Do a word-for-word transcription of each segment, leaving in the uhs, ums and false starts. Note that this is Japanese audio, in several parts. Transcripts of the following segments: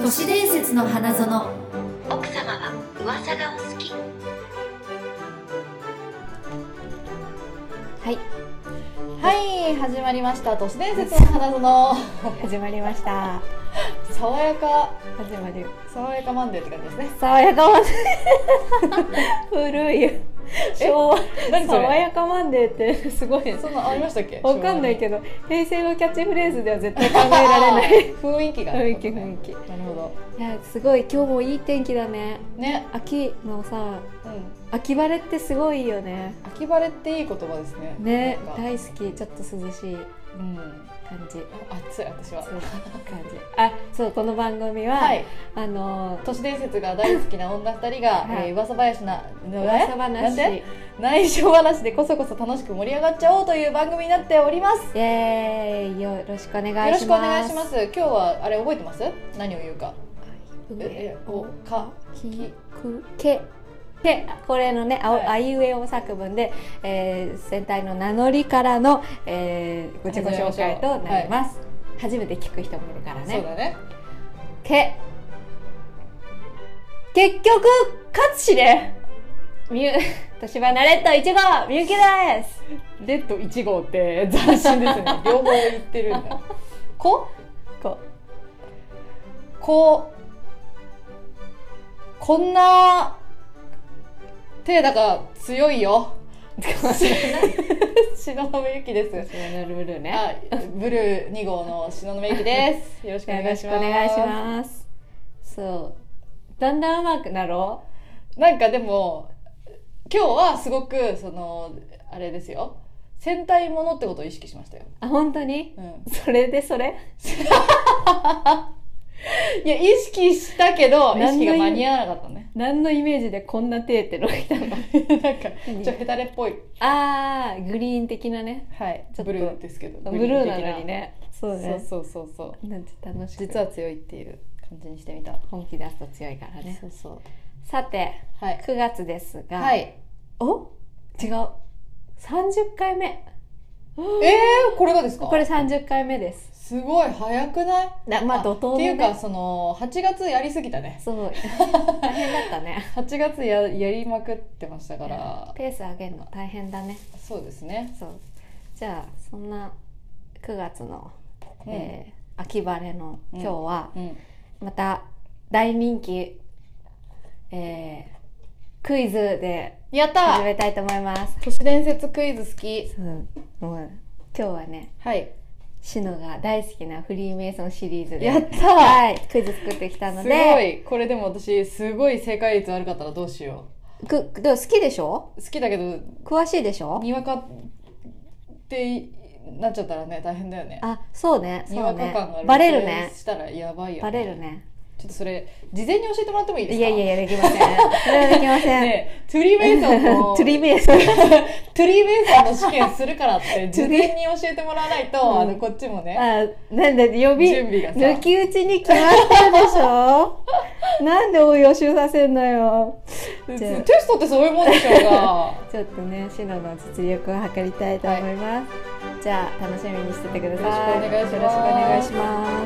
都市伝説の花園。 奥様は噂がお好き。 はいはい、始まりました都市伝説の花園始まりました。 爽やか始まる爽やかマンデーって感じですね。 爽やかマンデー古いよ。昭和何それ爽やかマンデーってすごいね。 そんなありましたっけ？ わかんないけど平成のキャッチフレーズでは絶対考えられない雰囲気が、ね、 雰囲気雰囲気。 なるほど。 いやすごい今日もいい天気だね。 ね、 秋のさ、 うん、 秋晴れってすごいよね。 秋晴れっていい言葉ですね。 ね、 なんか大好き。ちょっと涼しいうん感じ。 暑い私は。 そういう感じ。あ、そうこの番組は、 はい、 あの都市伝説が大好きな女二人が、 はい、 えー、噂話な噂話内緒話でこそこそ楽しく盛り上がっちゃおうという番組になっております。 イエーイ、よろしくお願いします。 よろしくお願いします。今日はあれ覚えてます？何を言うか。 えおかきくけけこれのね、あ、はい、あいうえお作文で、えー、戦隊の名乗りからの、えー、ご自己紹介となります、はい、初めて聞く人もいるからね。 そうだね。 け結局勝つしね。みゆ私はナレットいち号みゆきです。 レッドいち号って斬新ですね。両方言ってるんだ。ここここんな手だから強いよ。東雲ゆきです。 ブルーね。 あ、ブルーに号の東雲ゆきです。よろしくお願いします。 よろしくお願いします。そう、だんだん上手くなろう。なんかでも今日はすごくそのあれですよ。戦隊ものってことを意識しましたよ。 あ、本当に？ うん。 それでそれ？ いや意識したけど意識が間に合わなかったね。 何のイメージでこんな手ってのがいたの？なんかちょっとヘタレっぽい。 あー、グリーン的なね。 はい。ちょっとブルーですけど。 ブルーなのにね。そうね。 そうそうそうそう。 なんて楽しく。 実は強いっていう感じにしてみた。 本気出すと強いからね。 そうそう。 さて、 はい、 くがつですが。 はい。 お？違う。さんじゅっかいめ。 えー、これがですか？ これさんじゅっかいめです。 すごい早くない？ だまあ怒涛のね。 っていうかそのはちがつやりすぎたね。 そう大変だったね。 はちがつ や, やりまくってましたから。 ペース上げるの大変だね。 そうですね。 そう。じゃあそんなくがつの、うん、えー、秋晴れの今日は、うんうん、また大人気、えー、クイズでやった始めたいと思います。 都市伝説クイズ好き。 そう。もう今日はね。 はい。 シノが大好きなフリーメイソンシリーズでやったー、 はい、クイズ作ってきたので。 すごい。これでも私すごい正解率悪かったらどうしよう。くどう好きでしょ？ 好きだけど詳しいでしょ？ にわかってなっちゃったらね大変だよね。 あ、そうね。そうね。 にわか感がバレるね。 したらやばいよね。 バレるね。 ちょっとそれ事前に教えてもらってもいいですか？ いやいやいや、できません。それはできません。 ね、トゥリーメイソンのトゥリーメイソントゥリーメイソンの試験するからって事前に教えてもらわないと、うん、あのこっちもね。 あ、なんだ予備準備がさ抜き打ちに決まってるでしょ。なんで応用習させんのよ。 テストってそういうもんでしょうが。 ちょっとね、シノの実力を測りたいと思います。はい、じゃあ楽しみにしててください。 よろしくお願いします。 よろしくお願いします。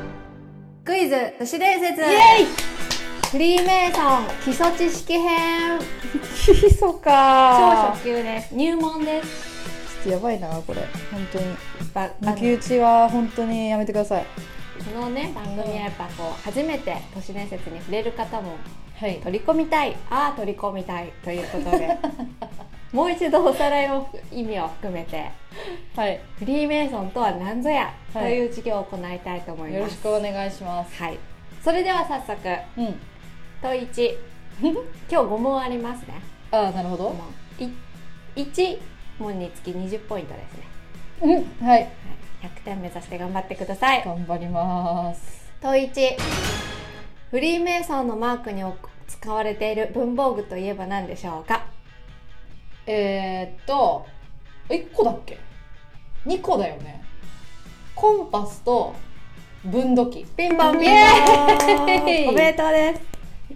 クイズ都市伝説イエイ。フリーメイソン基礎知識編。 基礎か。 超初級です。入門です。 ちょっとやばいなこれ本当に。抜き打ちは本当にやめてください。 このね番組はやっぱこう初めて都市伝説に触れる方も、 はい、 取り込みたい、ああ取り込みたいということでもう一度おさらいを意味を含めて、はい、フリーメイソンとは何ぞやという授業を行いたいと思います。 よろしくお願いします。 はい、それでは早速、うん、問いち今日ご問ありますね。 ああ、なるほど。 いち問につきにじゅっポイントですね。 うん、はい、 ひゃくてん目指して頑張ってください。 頑張ります。 問いち、フリーメイソンのマークに使われている文房具といえば何でしょうか？ えー、っといっこだっけ？にこだよね。コンパスと分度器。 ピンポンピンポンおめでとうです。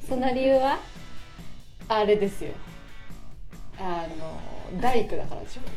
その理由は？ あれですよ、あの大工だからでしょ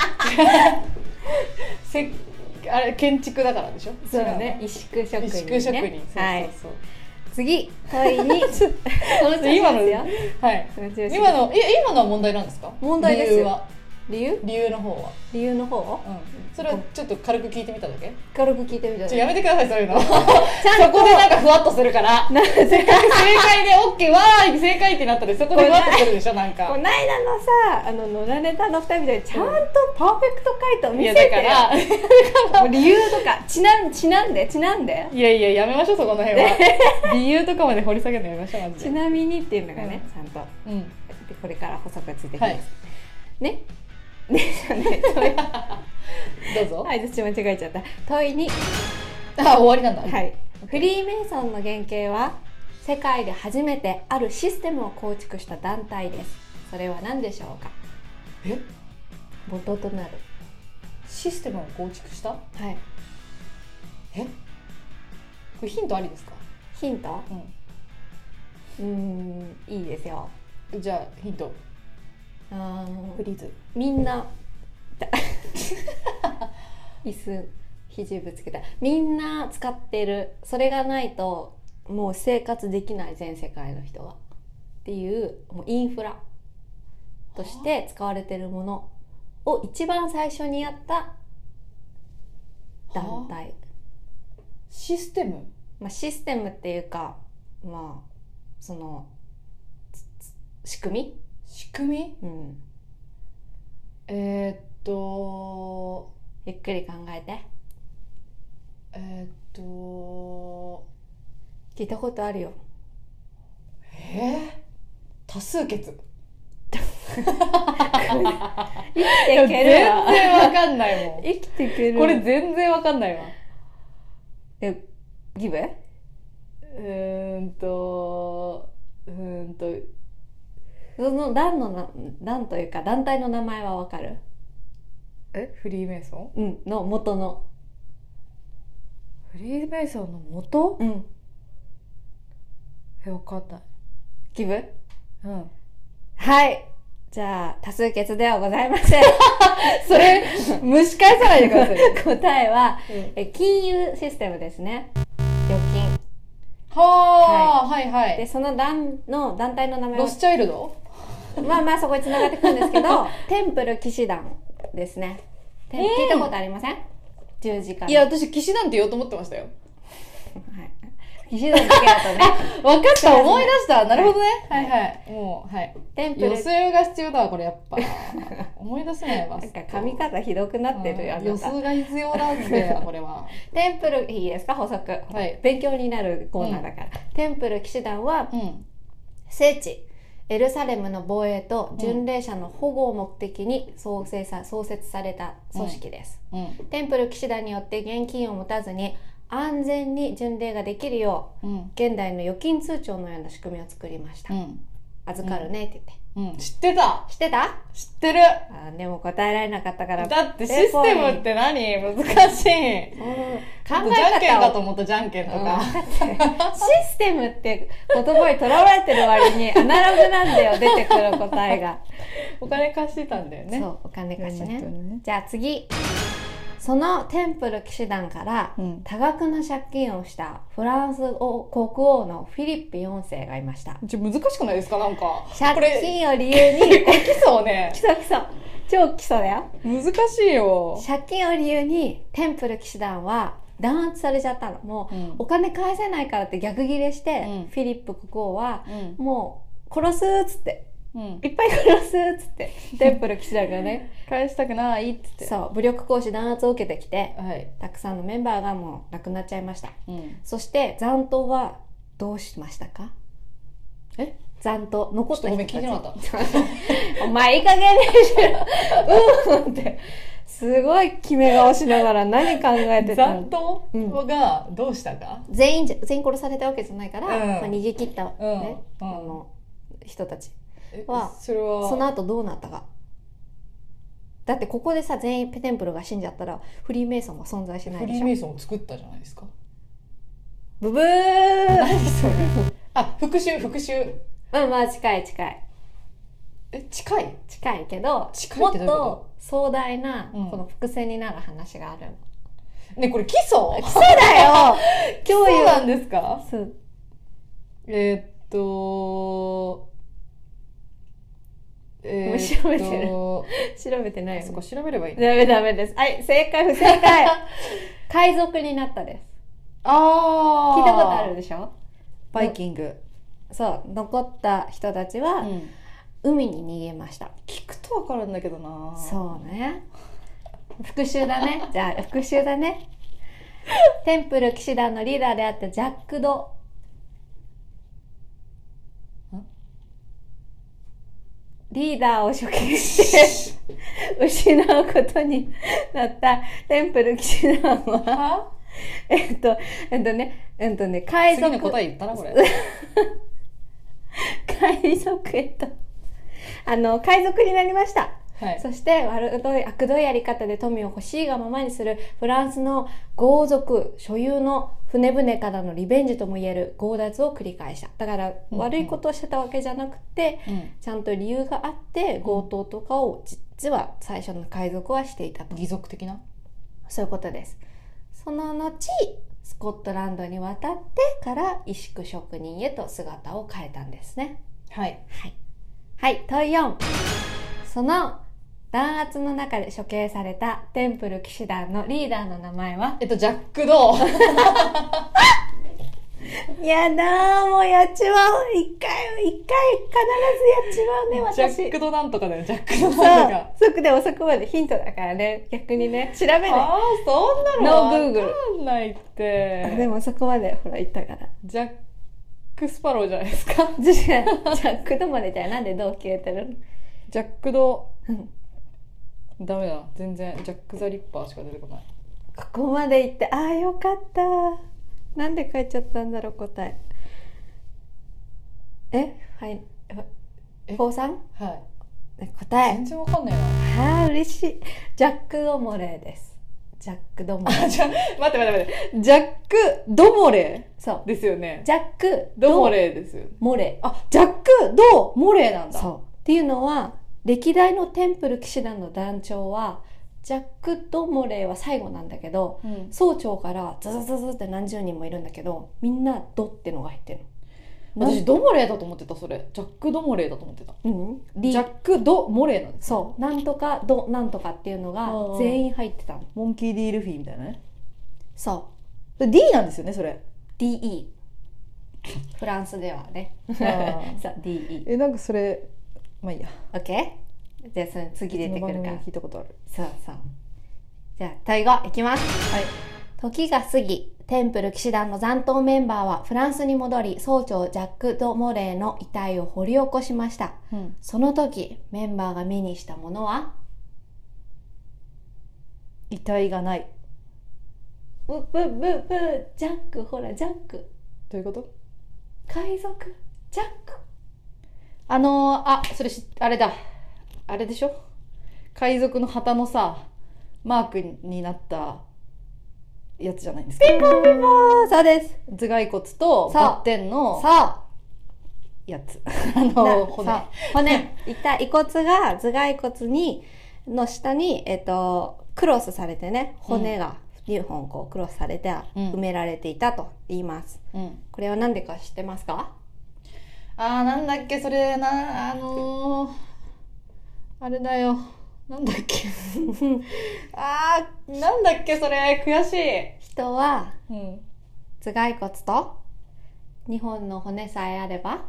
せあれ建築だからでしょ。 そうね、石工職人ね。 石工職人、そうそうそう、 はい、 次問いにこの今のですよはい今のい今のは問題なんですか？ 問題ですよ。 理由は理由理由の方は理由の方、 うん、それはちょっと軽く聞いてみただけ。 軽く聞いてみただけ。 ちょやめてくださいそういうのそちゃんとこでなんかふわっとするからせっかく正解で OK わーい正解ってなったらそこでふわっとするでしょ。なんかこないだのさあの野良ネタのふたりみたいにちゃんとパーフェクト回答見せいやてよ。 だからもう理由とかちなんちなんでちなんでいやいややめましょうそこの辺は理由とかまで掘り下げるのやめましょうマジで。 ちなみにっていうのがね、 うんちゃんとうんでこれから補足がついてきます、 はいねねじゃあね問いどうぞ。 はい私間違えちゃった問いにあ終わりなんだ。 はいフリーメイソンの原型は世界で初めてあるシステムを構築した団体です。それは何でしょうか？ え元となるシステムを構築した？ はいえこれヒントありですか？ ヒントうんうーんいいですよ。 じゃあヒントあープリーズ。 みんな椅子肘ぶつけたみんな使ってるそれがないともう生活できない全世界の人はっていうもうインフラとして使われてるものを一番最初にやった団体、 システムまあ、システムっていうかまあその仕組み、 仕組みうん、 えー、っとゆっくり考えて。 えー、っと聞いたことあるよ。 えー、多数決生きて全いけるわ。 然わかんないもん生きていける。 これ全然わかんないわ。 えギブ？ うーんとうーんとその団のな団というか団体の名前はわかる？ えフリーメイソンうんの元の。 フリーメイソンの元うん。 えわかんない。 ギブ？ うんはい。じゃあ多数決ではございません。 それ蒸し返さないでください答えは、 うんえ金融システムですね。預金。 はあ、はい、はいはでい。 その団の団体の名前はロスチャイルドまあまあそこに繋がってくるんですけどテンプル騎士団ですね。てうん聞いたことありません？十字架の。 いや私騎士団って言おうと思ってましたよ。 はい騎士団だけだとねわかった思い出したなるほどねはいはいもうはいテンプル予想が必要だわこれやっぱ思い出せないわなんか噛み方ひどくなってるよ、あなた予想が必要だってこれはテンプルいいですか補足、 はい、 勉強になるコーナーだから、うん、テンプル騎士団は、 うん、 聖地エルサレムの防衛と巡礼者の保護を目的に創設さ、創設された組織です、 うんうん、 テンプル騎士団によって現金を持たずに安全に巡礼ができるよう、うん、現代の預金通帳のような仕組みを作りました、うん、預かるねって言って、 うん、知ってた知ってた知ってるあでも答えられなかったからだってシステムって何難しい、うん、考え方じゃんけんかと思ったじゃんけんとか、うん、 システムって言葉にとらわれてる割にアナログなんだよ出てくる答えがお金貸してたんだよねそうお金貸し ね, ねじゃあ次そのテンプル騎士団から多額の借金をしたフランス王国王のフィリップよんせいがいました。 ちょ難しくないですかなんか借金を理由にこれ基礎ね基礎基礎超基礎だよ難しいよ借金を理由にテンプル騎士団は弾圧されちゃったのもう、うん、お金返せないからって逆ギレして、うん、フィリップ国王は、うん、もう殺すっつってうん、いっぱい殺すっつってテンプル騎士団がね返したくないっつってそう武力行使弾圧を受けてきて、 はい、 たくさんのメンバーがもう亡くなっちゃいました、 うん、 そして残党はどうしましたか？ え残党残った人たちごめん聞いてなかったお前いい加減にしろうんってすごい決め顔しながら何考えてたの？ 残党がどうしたか、 うん、全員全員殺されたわけじゃないから、 うんまあ、逃げ切った、ねうんうん、 あの人たちは そ, れはその後どうなったか。だってここでさ全員テンプルが死んじゃったらフリーメイソンは存在しないでしょ。 フリーメイソンを作ったじゃないですか。 ブブー何それあ復讐復讐うんまあ近い近いえ近い近いけど近いってどういうこと？ もっと壮大なこの伏線になる話があるの、 うん、ねこれ基礎基礎だよ教養なんですか？ そうえー、っとえー、っと調べてる調べてないよ、ね、 そこ調べればいいの？ ダメダメです。はい、正解不正解海賊になったです。 あー、 聞いたことあるでしょ？ バイキング。 そう、残った人たちは、うん、海に逃げました。 聞くとわかるんだけどな。 そうね、復讐だね。じゃあ復讐だねテンプル騎士団のリーダーであったジャック・ドリーダーを処刑して失うことになったテンプル騎士団はえっとえっとねえっとね海賊、 次の答え言ったなこれ海賊えっとあの海賊になりました。 はい、 そして悪どい悪どいやり方で富を欲しいがままにするフランスの豪族所有の船々からのリベンジともいえる強奪を繰り返した。だから悪いことをしてたわけじゃなくて、うんうん、ちゃんと理由があって強盗とかを実は最初の海賊はしていたと。 義賊的な、 そういうことです。その後スコットランドに渡ってから石工職人へと姿を変えたんですね。 はいはいはい。問よん、その弾圧の中で処刑されたテンプル騎士団のリーダーの名前は？ えっとジャック・ドーやだー、もうやっちまう。一回一回必ずやっちまうね、私。 ジャック・ドなんとかだよ、ジャック・ドなんとか。 そう、そこで遅くまでヒントだからね、逆にね調べない。 ああ、そんなのノーグーグル。 わかんないって。 でもそこまでほら言ったから。 ジャック・スパローじゃないですか。 ジャック・ドまでじゃなんでどう消えてるの？ ジャック・ドダメだ、全然ジャック・ザ・リッパーしか出てこない。 ここまで言って、ああよかった。なんで書いちゃったんだろう、答え。えはい。フォーさん？ はい。 答え。 全然わかんないな。 はあ、嬉しい。ジャック・ドモレーです。ジャック・ドモレー。 じゃ、待って待って待って。ジャック・ドモレー？ そう。 ですよね。 ジャック・ドモレーですよ。 モレー。 あ、ジャック・ドモレーなんだ。 そう。っていうのは、歴代のテンプル騎士団の団長は、ジャック・ドモレーは最後なんだけど、うん、総長からザザザザって何十人もいるんだけど、みんなドってのが入ってるの。私ドモレーだと思ってた。それジャック・ドモレーだと思ってた。 うん、 ジャック・ドモレーなんです。 そう、なんとかドなんとかっていうのが全員入ってたの。 モンキー・ディ・ルフィみたいなね。 そう、 D なんですよね、それ。 ディーイー フランスではねそう ディーイーえ、なんかそれまあいいや。 OK。 じゃあその次出てくるから聞いたことある。 そうそう。じゃあ問ごいきます。はい。時が過ぎ、テンプル騎士団の残党メンバーはフランスに戻り、総長ジャック・ド・モレーの遺体を掘り起こしました、うん、その時メンバーが目にしたものは？ 遺体がない。 ブブブブジャック、ほらジャック。 どういうこと？ 海賊ジャック。 あのー、あ、それしあれだ、あれでしょ、海賊の旗のさマークになったやつじゃないんですか。 ピンポンピンポン。そうです。 頭蓋骨とバッテンのやつ。あの骨。 骨。遺体、遺骨が頭蓋骨にの下にえっとクロスされてね、骨がにほんこうクロスされて埋められていたと言います。うん、これは何でか知ってますか？ あー、なんだっけそれな、あのー、あれだよ。なんだっけあー、なんだっけそれ、悔しい。 人は、うん、頭蓋骨とにほんの骨さえあれば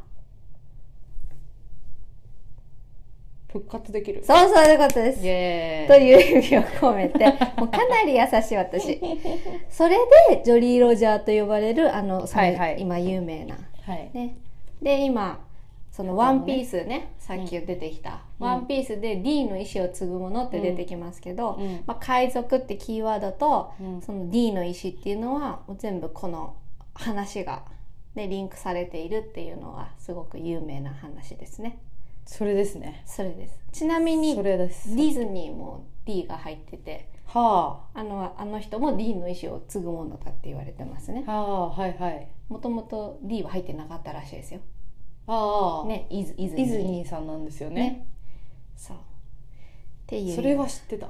復活できる。 そうそういうことです。 イエーイという意味を込めてもうかなり優しい私それでジョリー・ロジャーと呼ばれるあの、その、はいはい、今有名な、はいね、で今そのワンピースね、さっき出てきた、うん、ワンピースで D の意志を継ぐものって出てきますけど、うんまあ、海賊ってキーワードと、うん、その D の意志っていうのはもう全部この話が、ね、リンクされているっていうのはすごく有名な話ですね。 それですね。 それです。ちなみにそれです。 ディズニーも D が入ってて、はあ、あのあの人も D の意志を継ぐものだって言われてますね。 はあ、はいはい。 もともと D は入ってなかったらしいですよ。 ああ、 ね、イズニーさんなんですよね。 ね、そうっていう。 それは知ってた。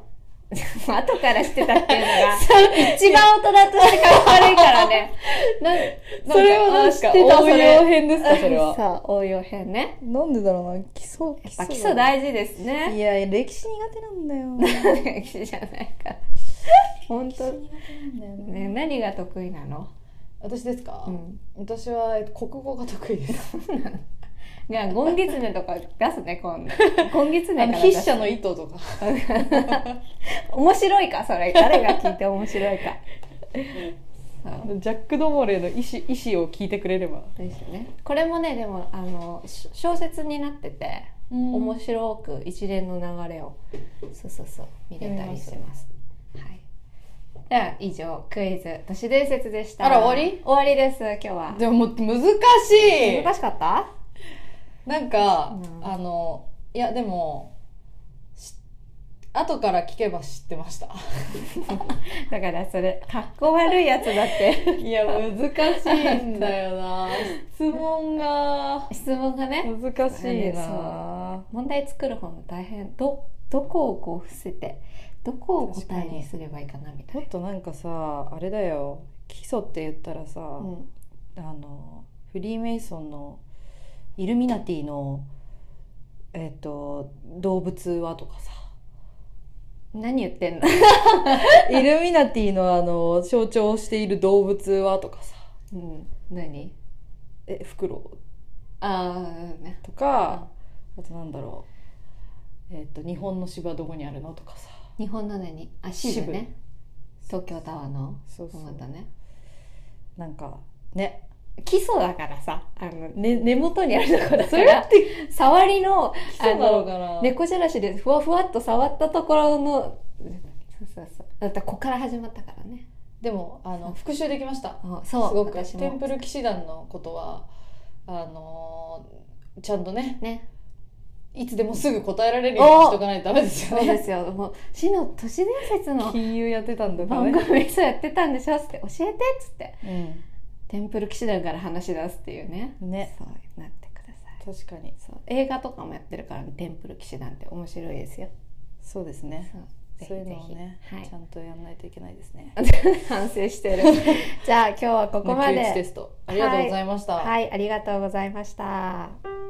後から知ってたっていうのが一番大人としてか悪いからね。なそれはなんか応用編ですかそれは。 そう応用編ね。 なんでだろうな、基礎やっぱ基礎大事ですね。 いや歴史苦手なんだよ。 歴史じゃないから本当苦手なんだよね。 ね、何が得意なの？ 私ですか、 うん、 私は国語が得意です。 いやゴンギツネとか出すね今度。ゴンギツネから筆者の意図とか面白いかそれ、誰が聞いて面白いか。 ジャック・ドモレーの意思、意思を聞いてくれればですね。これもねでもあの小説になってて、うん、面白く一連の流れをそうそうそう見れたりします。はい。では以上クイズ都市伝説でした。 あら終わり？ 終わりです今日は。 でももっと難しい。 難しかった？ なんか、うん、あのいやでも後から聞けば知ってました。 だからそれかっこ悪いやつだって。 いや難しいんだよな。質問が質問がね難しいな。 問題作る方も大変。どどこをこう伏せてどこを答えにすればいいかなみたいな。 もっとなんかさあれだよ、基礎って言ったらさ、うん、あのフリーメイソンのイルミナティのえっと動物はとかさ。 何言ってんの？ イルミナティのあの象徴している動物はとかさ、 うん、何？ えフクロウあー、ね、 とか、うん、あとなんだろう、えっと日本の芝どこにあるのとかさ。 日本の何？あ、渋ね。東京タワーの。 そうそう。 またね。 なんかね。 基礎だからさ、あの、ね、根元にあるところだから、触りの、あの、猫じゃらしでふわふわっと触ったところの、そうそうそう。だってここから始まったからね。 でも、あの、復習できました。 そう。 すごく。テンプル騎士団のことは、あの、ちゃんとね、ね、いつでもすぐ答えられるようにしとかないとダメですよね。 そうですよ。もう、市の都市伝説の金融やってたんだからね。 番組そうやってたんでしょって教えてっつって。 うん。 テンプル騎士団から話し出すっていうね。 ね。 そうなってください。 確かに。 そう映画とかもやってるからね、テンプル騎士団って面白いですよ。 そうですね。 そう、 そういうのをね、はい、ちゃんとやんないといけないですね。 反省してる。じゃあ今日はここまで。 テストありがとうございました。 はい、はい、ありがとうございました。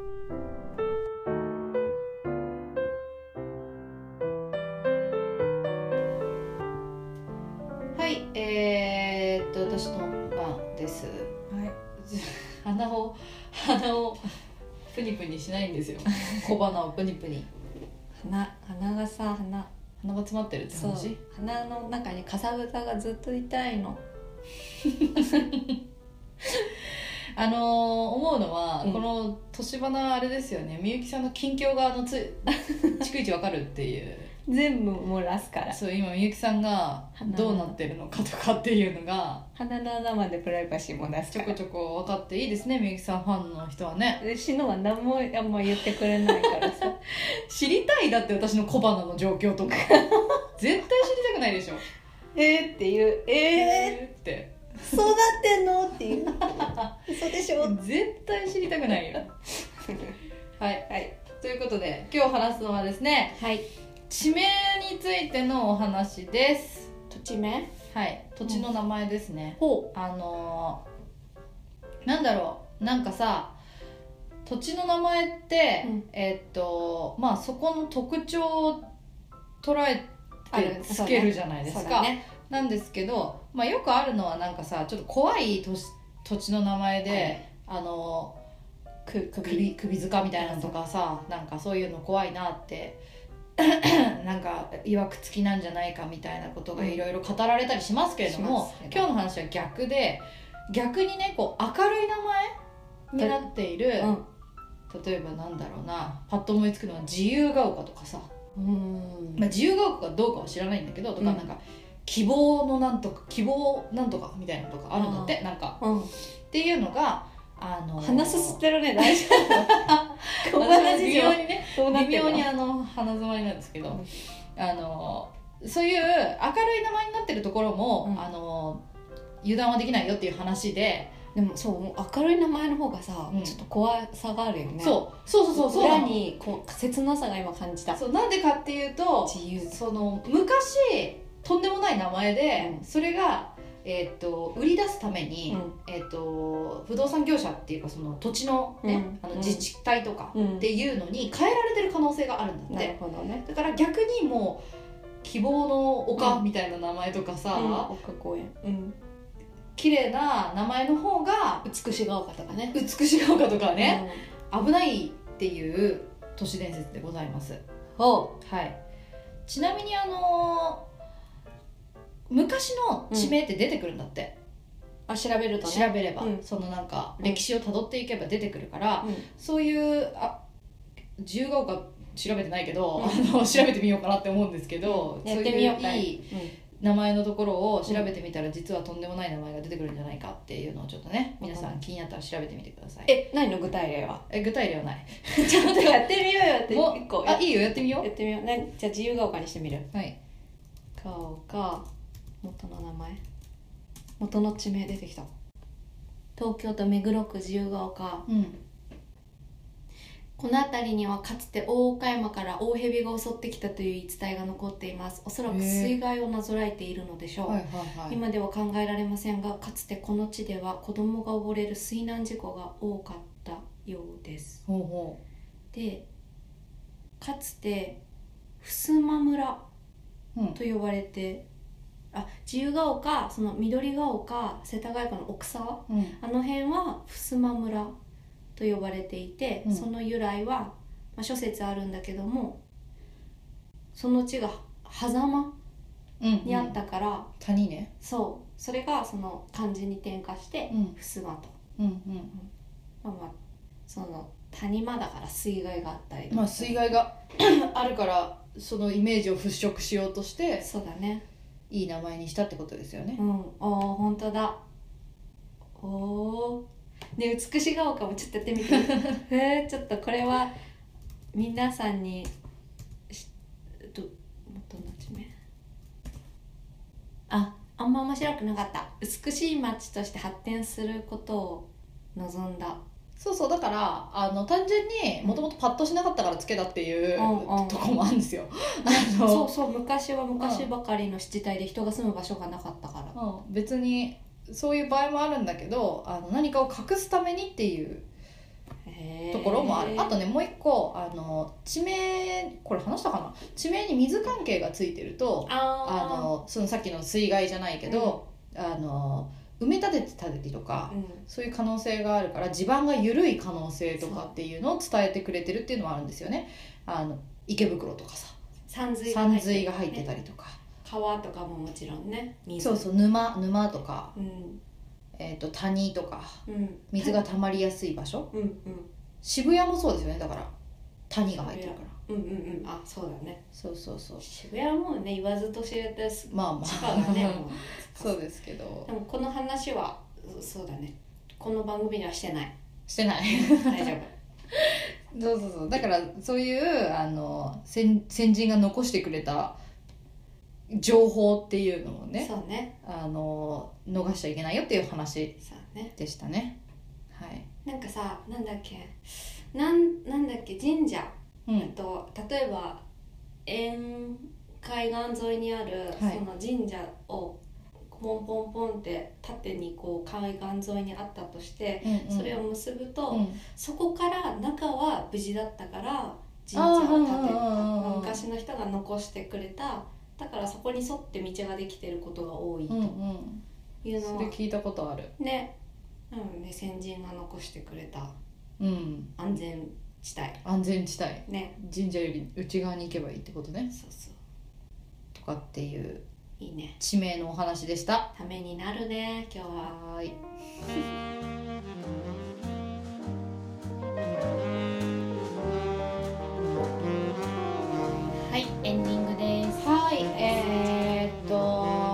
はい、えー、っと私の番です。はい。鼻を鼻をプニプニしないんですよ。小鼻をプニプニ。 鼻鼻がさ鼻鼻が詰まってるって話？そう。 鼻の中にかさぶたがずっと痛いの。 あのー、思うのは、うん、この年花あれですよね。みゆきさんの近況があのつ逐一わかるっていう。 全部漏らすから。 そう今みゆきさんがどうなってるのかとかっていうのが鼻の穴までプライバシーも出すちょこちょこ分かっていいですね。みゆきさんファンの人はね。 しのは何もあんま言ってくれないからさ。 知りたい。だって私の小鼻の状況とか絶対知りたくないでしょ。 えーっていうえー、 えーってそうなってんのっていう嘘でしょ。 絶対知りたくないよ。はい、はい、ということで今日話すのはですね、はい、地名についてのお話です。 土地名？ はい、土地の名前ですね。 うん、 あのー、なんだろう、なんかさ、土地の名前って、うん、えー、っとまあそこの特徴を捉えてつけるじゃないですか。ね、なんですけど、まあ、よくあるのはなんかさ、ちょっと怖い土地、土地の名前で、はい、あのく首首塚みたいなのとかさ、なんかそういうの怖いなってなんかいわくつきなんじゃないかみたいなことがいろいろ語られたりしますけれども、うん、今日の話は逆で、逆にねこう明るい名前になっている、うん、例えばなんだろうな、パッと思いつくのは自由が丘とかさ、うん、まあ、自由が丘かどうかは知らないんだけど、とか、うん、なんか希望のなんとか希望なんとかみたいなのとかあるんだって、なんか、うん、っていうのがあのー、 鼻すすってるね、大丈夫？ 微妙にね微妙にあの鼻詰まりなんですけど、うん、あのー、そういう明るい名前になってるところも、うん、あのー、油断はできないよっていう話で、 でもそうもう明るい名前の方がさ、うん、ちょっと怖さがあるよね。 そうそうそうそうそう裏にこう切なさが今感じた。 そうなんでかっていうと自由その昔とんでもない名前で、うん、それが、えー、と売り出すために、うんえー、と不動産業者っていうかその土地の,、ねうん、あの自治体とかっていうのに変えられてる可能性があるんだって、 なるほどね、 だから逆にもう希望の丘みたいな名前とかさ、 うんうん、丘公園、うん、 綺麗な名前の方が美しが丘とかね美しが丘とかね、うん、危ないっていう都市伝説でございます。 はい、 ちなみにあのー昔の地名って出てくるんだって、 うん、あ調べるとね調べれば、うん、そのなんか歴史をたどっていけば出てくるから、うん、そういうあ自由が丘調べてないけど、うん、あの調べてみようかなって思うんですけど、 うん、やってみようかいい名前のところを調べてみたら実はとんでもない名前が出てくるんじゃないかっていうのをちょっとね、皆さん気になったら調べてみてください。 え、何の具体例は？ え、具体例はないちょっとやってみようよって一個あ、いいよやってみようやってみよう、ね、じゃあ自由が丘にしてみる。 はい。 が丘元の名前元の地名出てきた。東京都目黒区自由が丘、うん、この辺りにはかつて大岡山から大蛇が襲ってきたという言い伝えが残っています。おそらく水害をなぞらえているのでしょう、はいはいはい、今では考えられませんが、かつてこの地では子供が溺れる水難事故が多かったようです。 ほうほうでかつて襖村と呼ばれて、うん、あ自由が丘、その緑が丘、世田谷区の奥沢、うん、あの辺は襖村と呼ばれていて、うん、その由来は、まあ、諸説あるんだけども、その地が狭間にあったから、うんうん、 谷ね、 そうそれがその漢字に転化して襖と、うんうんうん、まあまあその谷間だから水害があったりとか、 まあ、水害があるからそのイメージを払拭しようとして、 そうだね、 いい名前にしたってことですよね。 うん、おー本当だ。おーね、美しが丘もちょっとやってみてえー、ちょっとこれは皆さんにど元の地名、ああんま面白くなかった。美しい町として発展することを望んだ。 そうそう、だからあの単純にもともとパッとしなかったからつけたっていう、うんうん、とこもあるんですよあのそうそう、昔は昔ばかりの湿地帯で人が住む場所がなかったから、 うん、別にそういう場合もあるんだけど、あの何かを隠すためにっていうところもある。あとね、もう一個あの地名、これ話したかな、地名に水関係がついてると、ああのそのさっきの水害じゃないけど、うん、あの埋め立ててたりとか、うん、そういう可能性があるから、地盤が緩い可能性とかっていうのを伝えてくれてるっていうのもあるんですよね。あの池袋とかさ、 山水が入って、山水が入ってたりとか、 川とかももちろんね、 水、そうそう、沼沼とか、うん、えーと、谷とか、うん、水が溜まりやすい場所、うんうん、渋谷もそうですよね。だから谷が入ってるから、 うんうんうん、あ、そうだね、 そうそうそう、 渋谷もね言わずと知れたす、 まあまあ地下がねそうですけど、 でもこの話はそうだね、この番組にはしてないしてない大丈夫そうそうそう、だからそういうあの 先, 先人が残してくれた情報っていうのをね、 そうね、 あの逃しちゃいけないよっていう話でしたね。はい。 なんかさ、なんだっけ、なんなんだっけ神社、うん、と例えば沿海岸沿いにある、はい、その神社をポンポンポンって縦にこう海岸沿いにあったとして、うんうん、それを結ぶと、うん、そこから中は無事だったから神社を建てた、昔の人が残してくれた、だからそこに沿って道ができてることが多いというのは、うんうん、 それ聞いたことあるね。なので先人が残してくれた安全地帯、 うん、安全地帯、 ね、 神社より内側に行けばいいってことね。 そうそうとかっていういいね、 地名のお話でした。 ためになるね今日は。 はい。 はい、エンディングです。 はい、えー、っと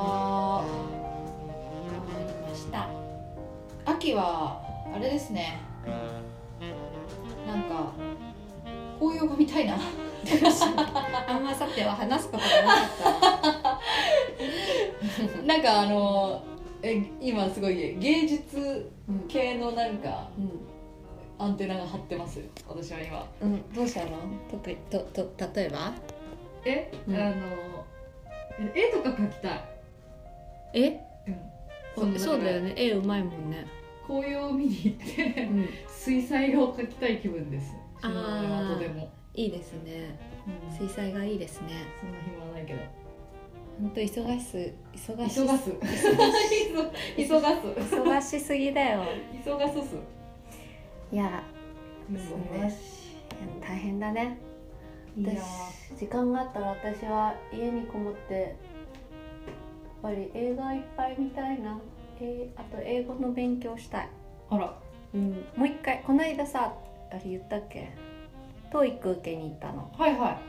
終わりました。 秋はあれですね、なんか紅葉が見たいなあんまさては話すことがなかったなんかあのえ今すごい芸術系のなんか、 うん、 アンテナが張ってますよ私は今。 うん、どうしたの？ととと例えば？ え、うん、あの絵とか描きたい。 え？ うん、 そうだよね。絵うまいもんね。 紅葉を見に行って、うん、水彩画を描きたい気分です。 ああ、 とてもいいですね、うん、水彩画いいですね。 そんな暇はないけど。 本当忙しす忙し忙す忙す忙しすぎだよ。 忙すす。 いや、そうね、大変だね。私時間があったら私は家にこもってやっぱり映画いっぱい見たいな。えあと英語の勉強したい。 あら、 うん、もう一回この間さあれ言ったっけ、トーイック受けに行ったの。 はいはい。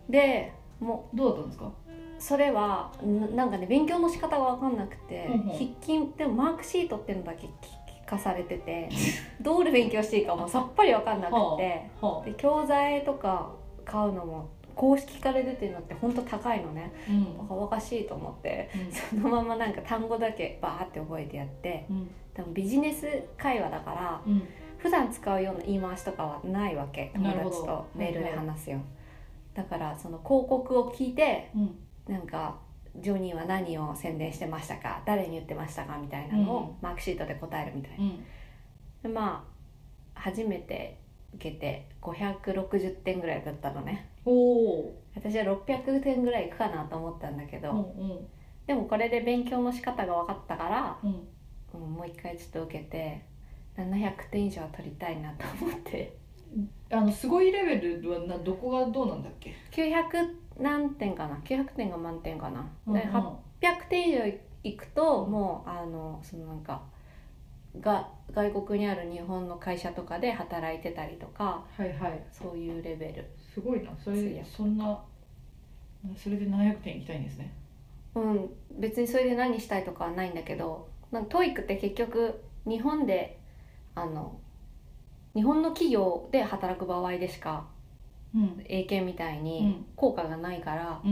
でもうどうだったんですか？ それはなんかね、勉強の仕方が分かんなくて、 うんうん、 筆記でもマークシートっていうのだけ聞かされててどう勉強していいかもさっぱり分かんなくてはあはあ、で教材とか買うのも公式から出てるのってほんと高いのね、うん、バカバカしいと思って、うん、そのままなんか単語だけバーって覚えてやって、うん、多分ビジネス会話だから、うん、普段使うような言い回しとかはないわけ。友達とメールで話すよ。だからその広告を聞いて、うん、なんかジョニーは何を宣伝してましたか、誰に言ってましたかみたいなのをマークシートで答えるみたいな、うん、でまあ初めて受けてごひゃくろくじゅってんぐらいだったのね。お私はろっぴゃくてんぐらいいくかなと思ったんだけど、うんうん、でもこれで勉強の仕方が分かったから、うんうん、もう一回ちょっと受けてななひゃくてん以上は取りたいなと思って。 あのすごいレベルはなどこがどうなんだっけ？ きゅうひゃく何点かな、きゅうひゃくてんが満点かな、うんうん、ではっぴゃくてん以上いくともうあのそのなんかが外国にある日本の会社とかで働いてたりとか、はいはい、そういうレベル。 すごいな。それそんなそれでななひゃくてんいきたいんですね。 うん、別にそれで何したいとかはないんだけど、なんか トーイック って結局日本であの日本の企業で働く場合でしか、うん、英検みたいに効果がないから、うん、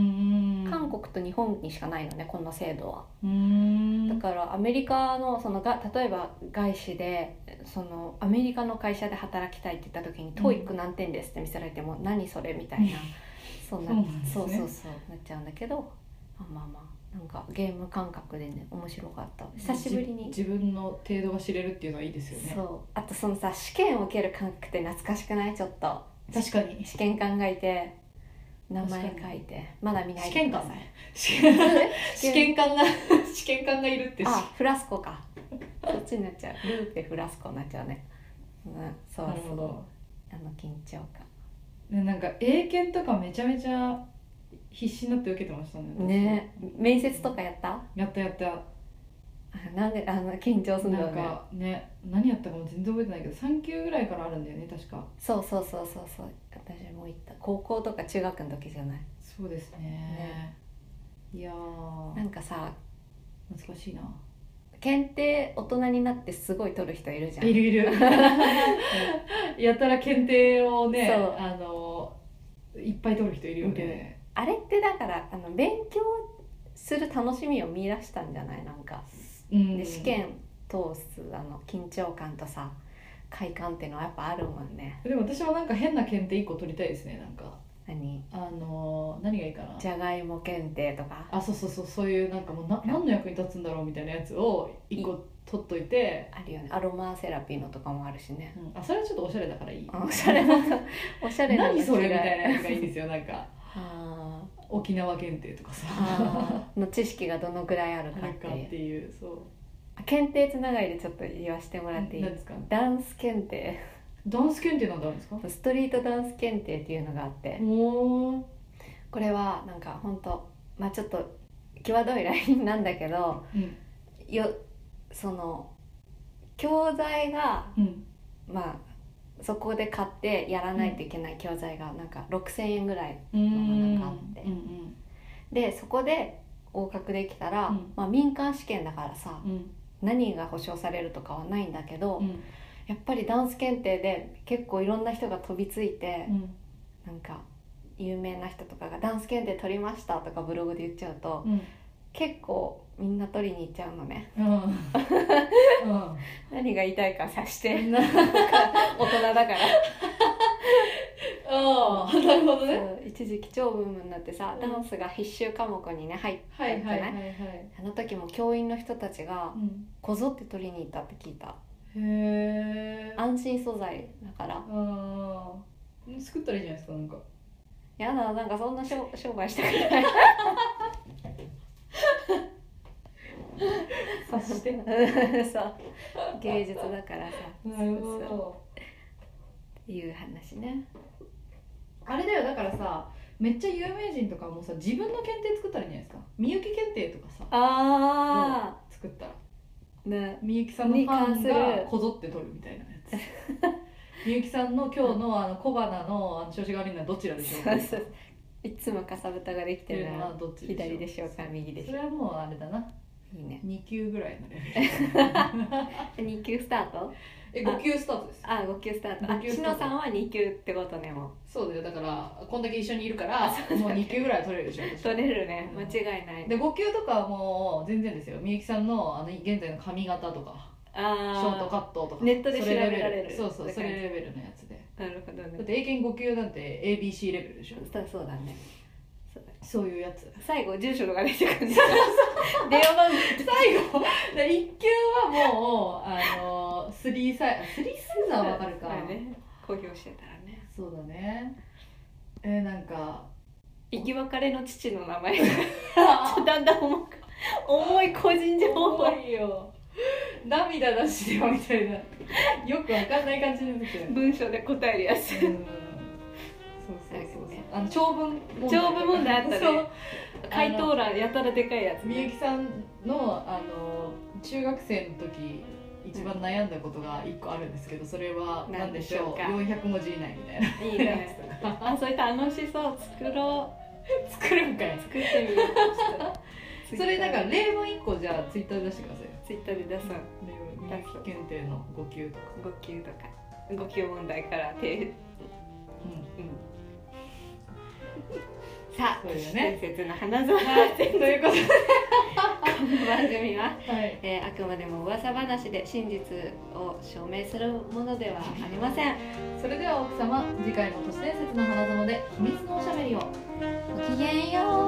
韓国と日本にしかないのね、この制度は。うん、だからアメリカのそのが例えば外資でそのアメリカの会社で働きたいって言った時に、うん、トーイック 何点ですって見せられても何それみたいな、そんな、そうそうそうなっちゃうんだけど、あまあまあなんかゲーム感覚でね面白かった。久しぶりに自分の程度が知れるっていうのはいいですよね。 そう、あとそのさ試験を受ける感覚って懐かしくない？ちょっと確かに試験考えて名前書いてまだ見ないでください。 試験官試験官が試験官がいるって。 あフラスコかそっちになっちゃう。ルーペフラスコになっちゃうね、うん、そうそう、なるほど。あの緊張感ね。なんか英検とかめちゃめちゃ必死になって受けてましたね。 ね、面接とかやった？ やったやった。 なんであの緊張するんだろうね。 なんかね、何やったかも全然覚えてないけどさん級ぐらいからあるんだよね確か。 そうそうそうそうそう、私も行った。高校とか中学の時じゃない？ そうです ね, ねいやーなんかさ懐かしいな。 検定大人になってすごい取る人いるじゃん。 いるいるやたら検定をね、あのいっぱい取る人いるよね。 あれってだからあの勉強する楽しみを見出したんじゃない？なんか、うん、で試験通すあの緊張感とさ快感っていうのはやっぱあるもんね。 でも私もなんか変な検定いっこ取りたいですね。なんか何あの何がいいかな。 じゃがいも検定とか。 あそうそうそう、そういうなんかもうな何の役に立つんだろうみたいなやつをいっこ取っといて。 あるよね、アロマセラピーのとかもあるしね、 うん、あそれはちょっとおしゃれだからいい。 おしゃれなおしゃれな何それみたいなやつがいいんですよ。なんかあ沖縄検定とかさの知識がどのぐらいあるかっていう。 っていう、そう検定つながりでちょっと言わせてもらっていい？ 何ですか？ ダンス検定。 ダンス検定なんてあるんですか？ ストリートダンス検定っていうのがあって、これはなんか本当まあちょっと際どいラインなんだけど、うん、よその教材が、うん、まあそこで買ってやらないといけない教材がなんかろくせんえんぐらいのがなんかあって、うんうん、でそこで合格できたら、うんまあ、民間試験だからさ、うん、何が保証されるとかはないんだけど、うん、やっぱりダンス検定で結構いろんな人が飛びついて、うん、なんか有名な人とかがダンス検定取りましたとかブログで言っちゃうと、うん、結構みんな取りに行っちゃうのね、 うんうん、 何が言いたいか察して大人だからああ、なるほどね。 一時期超ブームになってさ、ダンスが必修科目にね入ったんじゃない？あの時も教員の人たちがこぞって取りに行ったって聞いた。 へえ。 安心素材だから。 ああ。作ったらいいじゃないですか、なんか。 やだ、なんかそんな商売したくない察してそう芸術だからさ。 なるほど。 っていう話ね。 あれだよ、だからさ、めっちゃ有名人とかもさ、自分の検定作ったらいいんじゃないですか。みゆき検定とかさ、 あー作ったらね、 みゆきさんのファンがこぞって取るみたいなやつみゆきさんの今日のあの小鼻のあの調子が悪いのはどちらでしょうか。 そうそう、いつもかさぶたができてるのは左でしょうか右でしょうか。 それはもうあれだな、 いいね、 に級ぐらいのレベルに級スタート。 えご級スタートです。 あ、ご級スタート。あ、しのさんはに級ってことね。もうそうだよ、だからこんだけ一緒にいるからもうに級ぐらいは取れるでしょ。 取れるね、間違いない。 でご級とかはもう全然ですよ。みゆきさんのあの現在の髪型とか、 あショートカットとかネットで調べられる。 そうそう、それレベルのやつで。 なるほどね。 だって英検ご級なんて エービーシー レベルでしょ。 そうだね。 そういうやつ。 最後住所とか出てくるんですよ電話番号最後でいっ級はもうあのスリーサイズ、スリーサイズはわかるか、 ね、公表してたらね。 そうだね。えー、なんか生き別れの父の名前がだんだん重く重い個人情報。 重いよ、涙出してよみたいなよくわかんない感じになってる。 文章で答えるやつ。 うん、そうそうそうそう、あの長文問題、 長文問題あったね。回答欄やたらでかいやつ、ね、 みゆきさんのあの中学生の時一番悩んだことがいっこあるんですけど、それは何でしょう。よんひゃくもじ以内みたいな。 いいねあ、それ楽しそう。作ろう作るんかい。 作ってみようそれだから例文いっこじゃあツイッターで出してくださいよ。 ツイッターで出そう。 例文みゆき検定のご級とかご級とかご級問題から手、うんうんさあ、伝説の花園ということでこの番組は、はいえー、あくまでも噂話で真実を証明するものではありません。 それでは奥様、次回も都市伝説の花園で秘密のおしゃべりを。 ごきげんよう。